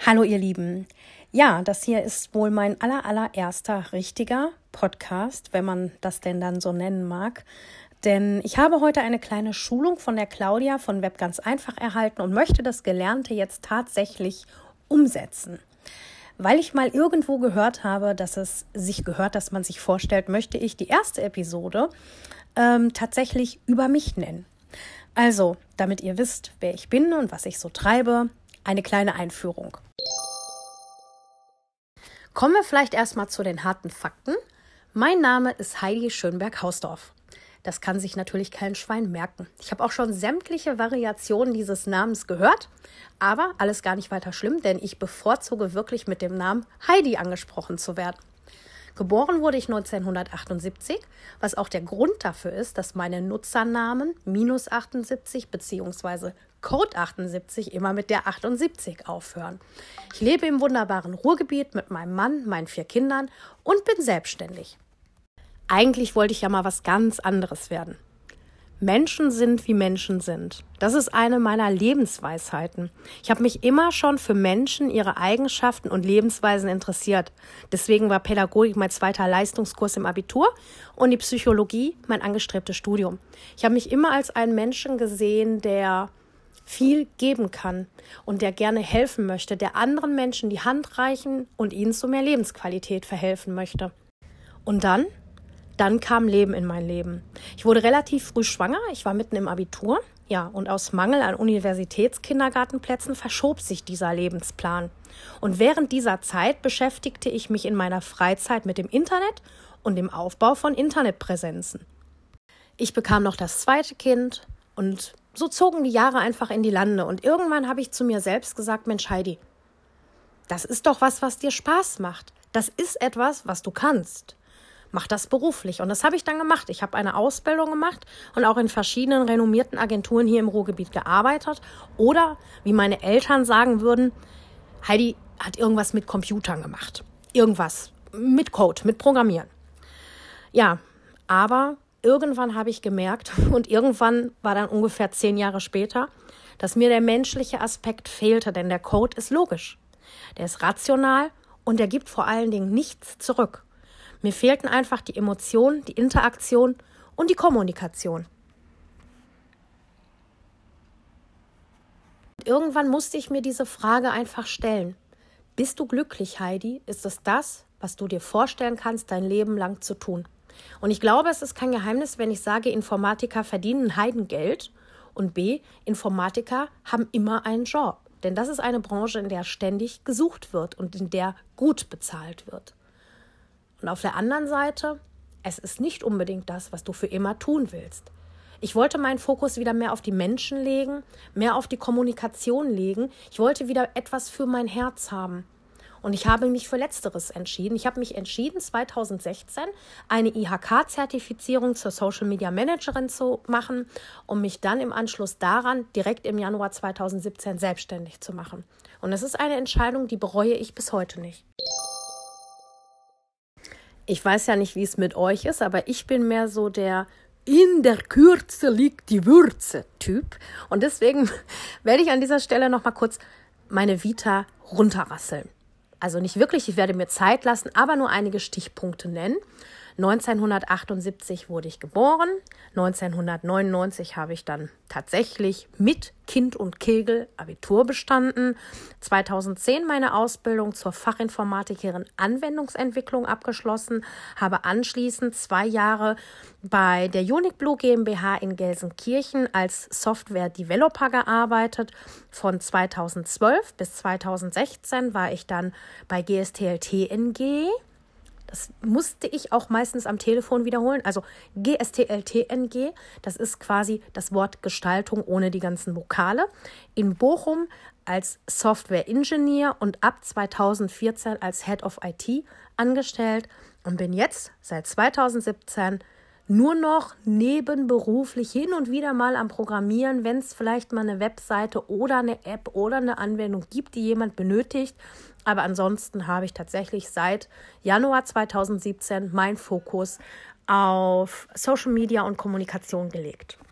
Hallo ihr Lieben. Ja, das hier ist wohl mein allererster richtiger Podcast, wenn man das denn dann so nennen mag. Denn ich habe heute eine kleine Schulung von der Claudia von Web ganz einfach erhalten und möchte das Gelernte jetzt tatsächlich umsetzen. Weil ich mal irgendwo gehört habe, dass es sich gehört, dass man sich vorstellt, möchte ich die erste Episode tatsächlich über mich nennen. Also, damit ihr wisst, wer ich bin und was ich so treibe, eine kleine Einführung. Kommen wir vielleicht erstmal zu den harten Fakten. Mein Name ist Heidi Schönberg-Hausdorf. Das kann sich natürlich kein Schwein merken. Ich habe auch schon sämtliche Variationen dieses Namens gehört, aber alles gar nicht weiter schlimm, denn ich bevorzuge wirklich mit dem Namen Heidi angesprochen zu werden. Geboren wurde ich 1978, was auch der Grund dafür ist, dass meine Nutzernamen -78 bzw. Code 78 immer mit der 78 aufhören. Ich lebe im wunderbaren Ruhrgebiet mit meinem Mann, meinen 4 Kindern und bin selbstständig. Eigentlich wollte ich ja mal was ganz anderes werden. Menschen sind, wie Menschen sind. Das ist eine meiner Lebensweisheiten. Ich habe mich immer schon für Menschen, ihre Eigenschaften und Lebensweisen interessiert. Deswegen war Pädagogik mein zweiter Leistungskurs im Abitur und die Psychologie mein angestrebtes Studium. Ich habe mich immer als einen Menschen gesehen, der viel geben kann und der gerne helfen möchte, der anderen Menschen die Hand reichen und ihnen zu mehr Lebensqualität verhelfen möchte. Und dann kam Leben in mein Leben. Ich wurde relativ früh schwanger, ich war mitten im Abitur, und aus Mangel an Universitätskindergartenplätzen verschob sich dieser Lebensplan. Und während dieser Zeit beschäftigte ich mich in meiner Freizeit mit dem Internet und dem Aufbau von Internetpräsenzen. Ich bekam noch das zweite Kind und so zogen die Jahre einfach in die Lande. Und irgendwann habe ich zu mir selbst gesagt, Mensch Heidi, das ist doch was dir Spaß macht. Das ist etwas, was du kannst. Mach das beruflich. Und das habe ich dann gemacht. Ich habe eine Ausbildung gemacht und auch in verschiedenen renommierten Agenturen hier im Ruhrgebiet gearbeitet. Oder, wie meine Eltern sagen würden, Heidi hat irgendwas mit Computern gemacht. Irgendwas mit Code, mit Programmieren. Ja, aber irgendwann habe ich gemerkt, und irgendwann war dann ungefähr 10 Jahre später, dass mir der menschliche Aspekt fehlte, denn der Code ist logisch. Der ist rational und der gibt vor allen Dingen nichts zurück. Mir fehlten einfach die Emotionen, die Interaktion und die Kommunikation. Irgendwann musste ich mir diese Frage einfach stellen. Bist du glücklich, Heidi? Ist es das, was du dir vorstellen kannst, dein Leben lang zu tun? Und ich glaube, es ist kein Geheimnis, wenn ich sage, Informatiker verdienen ein Heidengeld und B, Informatiker haben immer einen Job. Denn das ist eine Branche, in der ständig gesucht wird und in der gut bezahlt wird. Und auf der anderen Seite, es ist nicht unbedingt das, was du für immer tun willst. Ich wollte meinen Fokus wieder mehr auf die Menschen legen, mehr auf die Kommunikation legen. Ich wollte wieder etwas für mein Herz haben. Und ich habe mich für Letzteres entschieden. Ich habe mich entschieden, 2016 eine IHK-Zertifizierung zur Social Media Managerin zu machen, um mich dann im Anschluss daran direkt im Januar 2017 selbstständig zu machen. Und es ist eine Entscheidung, die bereue ich bis heute nicht. Ich weiß ja nicht, wie es mit euch ist, aber ich bin mehr so der in der Kürze liegt die Würze-Typ. Und deswegen werde ich an dieser Stelle noch mal kurz meine Vita runterrasseln. Also nicht wirklich, ich werde mir Zeit lassen, aber nur einige Stichpunkte nennen. 1978 wurde ich geboren, 1999 habe ich dann tatsächlich mit Kind und Kegel Abitur bestanden, 2010 meine Ausbildung zur Fachinformatikerin Anwendungsentwicklung abgeschlossen, habe anschließend 2 Jahre bei der Unique Blue GmbH in Gelsenkirchen als Software-Developer gearbeitet. Von 2012 bis 2016 war ich dann bei GSTL-TNG. Das musste ich auch meistens am Telefon wiederholen. Also GSTL-TNG, das ist quasi das Wort Gestaltung ohne die ganzen Vokale. In Bochum als Software-Ingenieur und ab 2014 als Head of IT angestellt und bin jetzt seit 2017 nur noch nebenberuflich hin und wieder mal am Programmieren, wenn es vielleicht mal eine Webseite oder eine App oder eine Anwendung gibt, die jemand benötigt. Aber ansonsten habe ich tatsächlich seit Januar 2017 meinen Fokus auf Social Media und Kommunikation gelegt.